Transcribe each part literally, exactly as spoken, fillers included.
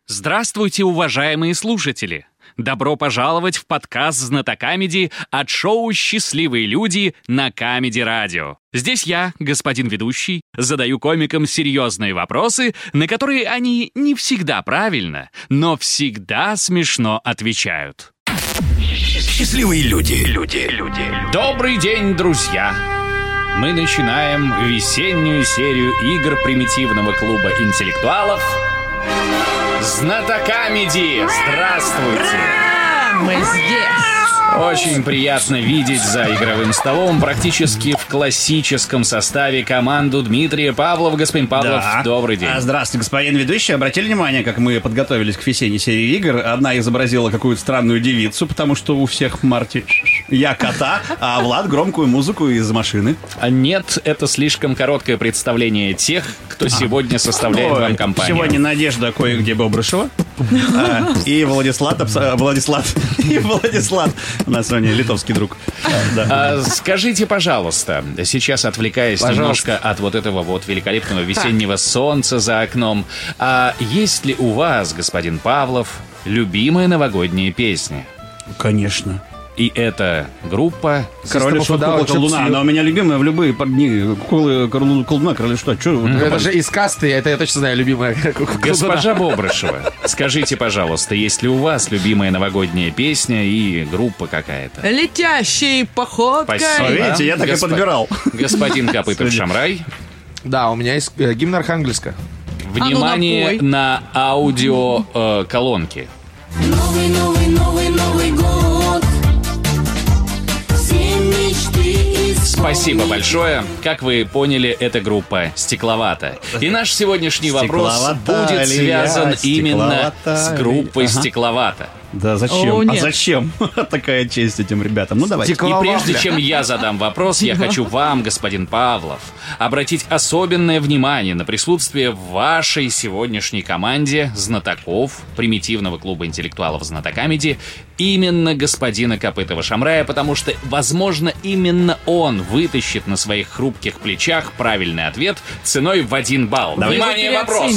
Здравствуйте, уважаемые слушатели! Добро пожаловать в подкаст «Знатокамеди» от шоу «Счастливые люди» на Камеди Радио. Здесь я, господин ведущий, задаю комикам серьезные вопросы, на которые они не всегда правильно, но всегда смешно отвечают. Счастливые люди, люди, люди. Добрый день, друзья! Мы начинаем весеннюю серию игр примитивного клуба интеллектуалов «Знатокамеди». Здравствуйте! Мы здесь! Очень приятно видеть за игровым столом практически в классическом составе команду Дмитрия Павлова. Господин Павлов, да. Добрый день. Здравствуйте, господин ведущий. Обратили внимание, как мы подготовились к весенней серии игр? Одна изобразила какую-то странную девицу, потому что у всех в марте я кота, а Влад громкую музыку из машины. А нет, это слишком короткое представление тех, кто а. сегодня составляет Ой, вам компанию. Сегодня Надежда кое-где Бобрышева и Владислав, Владислав, и Владислав. У нас сегодня литовский друг. Да. А, скажите, пожалуйста, сейчас отвлекаясь пожалуйста. немножко от вот этого вот великолепного весеннего так. солнца за окном, а есть ли у вас, господин Павлов, любимая новогодняя песня? Конечно. И эта группа... Король и Шут, Кукла, Колдуна. Она у меня любимая в любые дни. Куклы, Колдуна, Король и Шут. Mm. Это же из касты, это я точно знаю, любимая. Госпожа Бобрышева, скажите, пожалуйста, есть ли у вас любимая новогодняя песня и группа какая-то? Летящей походкой. Спасибо. Видите, я так Госп... и подбирал. Господин Копытов-Шамрай. Да, у меня есть гимн Архангельска. Внимание а ну, на аудиоколонки. Э, новый, новый, новый, новый год. Спасибо большое. Как вы поняли, это группа «Стекловата». И наш сегодняшний вопрос будет связан именно с группой ага. «Стекловата». Да зачем? О, а зачем такая честь этим ребятам? Ну давайте. И прежде чем я задам вопрос, я хочу вам, господин Павлов, обратить особенное внимание на присутствие в вашей сегодняшней команде знатоков примитивного клуба интеллектуалов «Знатокамеди» именно господина Копытова-Шамрая, потому что, возможно, именно он вытащит на своих хрупких плечах правильный ответ ценой в один балл. Вы Внимание, вопрос!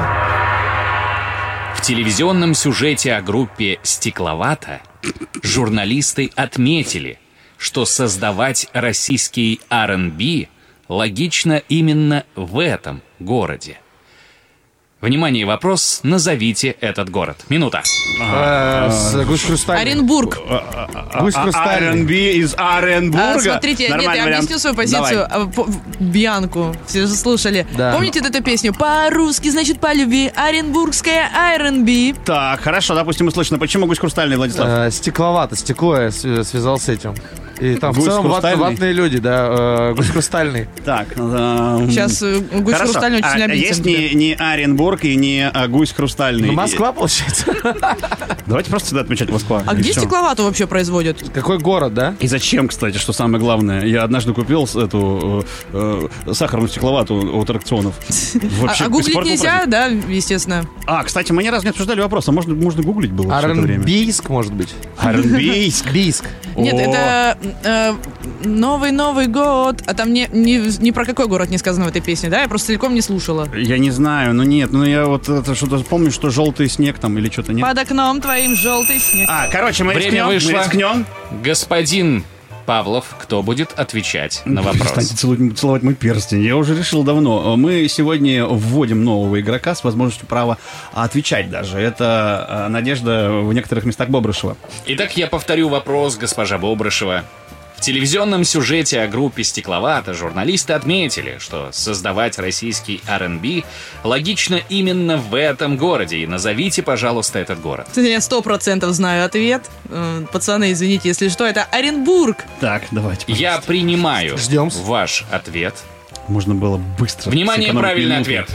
В телевизионном сюжете о группе «Стекловата» журналисты отметили, что создавать российский ар энд би логично именно в этом городе. Внимание, вопрос. Назовите этот город. Минута. Гусь Хрустальный. Оренбург. Гусь Хрустальный. ар энд би из Оренбурга. Смотрите, нет, я объясню свою позицию. Бьянку. Все же слушали. Помните эту песню? По-русски, значит, по любви. Оренбургская ар энд би. Так, хорошо, допустим, услышно. Почему Гусь Хрустальный, Владислав? Стекловато. Стекло я связал с этим. И там в целом ват, ватные люди, да, э, Гусь Хрустальный. Так, сейчас Гусь Хрустальный очень обидится. Есть не, не Оренбург и не а, Гусь Хрустальный. Ну, Москва, получается. Давайте просто всегда отмечать Москва. А где Стекловату вообще производят? Какой город, да? И зачем, кстати, что самое главное? Я однажды купил эту э, э, сахарную стекловату у аттракционов. А гуглить нельзя, да, естественно. А, кстати, мы ни разу не обсуждали вопрос, а можно, можно гуглить было все это время. Аренбийск, может быть. Аренбийск. Бийск. Нет, это Новый-Новый год. А там не, не, не про какой город не сказано в этой песне, да? Я просто целиком не слушала. Я не знаю, ну нет, ну я вот это что-то помню, что желтый снег там или что-то нет. Под окном твоим желтый снег. А, короче, мы Время рискнем, вышло. мы рискнем. Господин Павлов, кто будет отвечать на вопрос? Перестаньте целовать, целовать мой перстень. Я уже решил давно. Мы сегодня вводим нового игрока с возможностью права отвечать даже. Это Надежда в некоторых местах Бобрышева. Итак, я повторю вопрос, госпожа Бобрышева. В телевизионном сюжете о группе «Стекловата» журналисты отметили, что создавать российский ар энд би логично именно в этом городе. И назовите, пожалуйста, этот город. Я сто процентов знаю ответ. Пацаны, извините, если что, это Оренбург. Так, давайте. Пожалуйста. Я принимаю Ждем. ваш ответ. Можно было быстро. Внимание, правильный минуту. Ответ.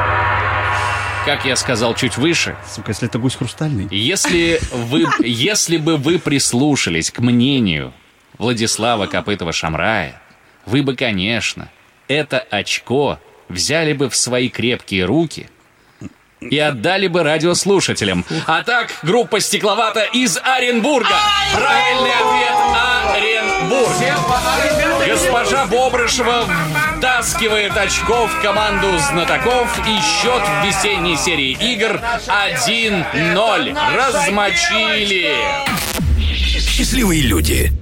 Как я сказал чуть выше, сука, если это Гусь Хрустальный. Если вы, если бы вы прислушались к мнению Владислава Копытова-Шамрая, вы бы, конечно, это очко взяли бы в свои крепкие руки и отдали бы радиослушателям. А так, группа «Стекловата» из Оренбурга. Правильный ответ — Оренбург. Госпожа Бобрышева натаскивает очков в команду знатоков, и счет в весенней серии игр один ноль. Размочили! Счастливые люди.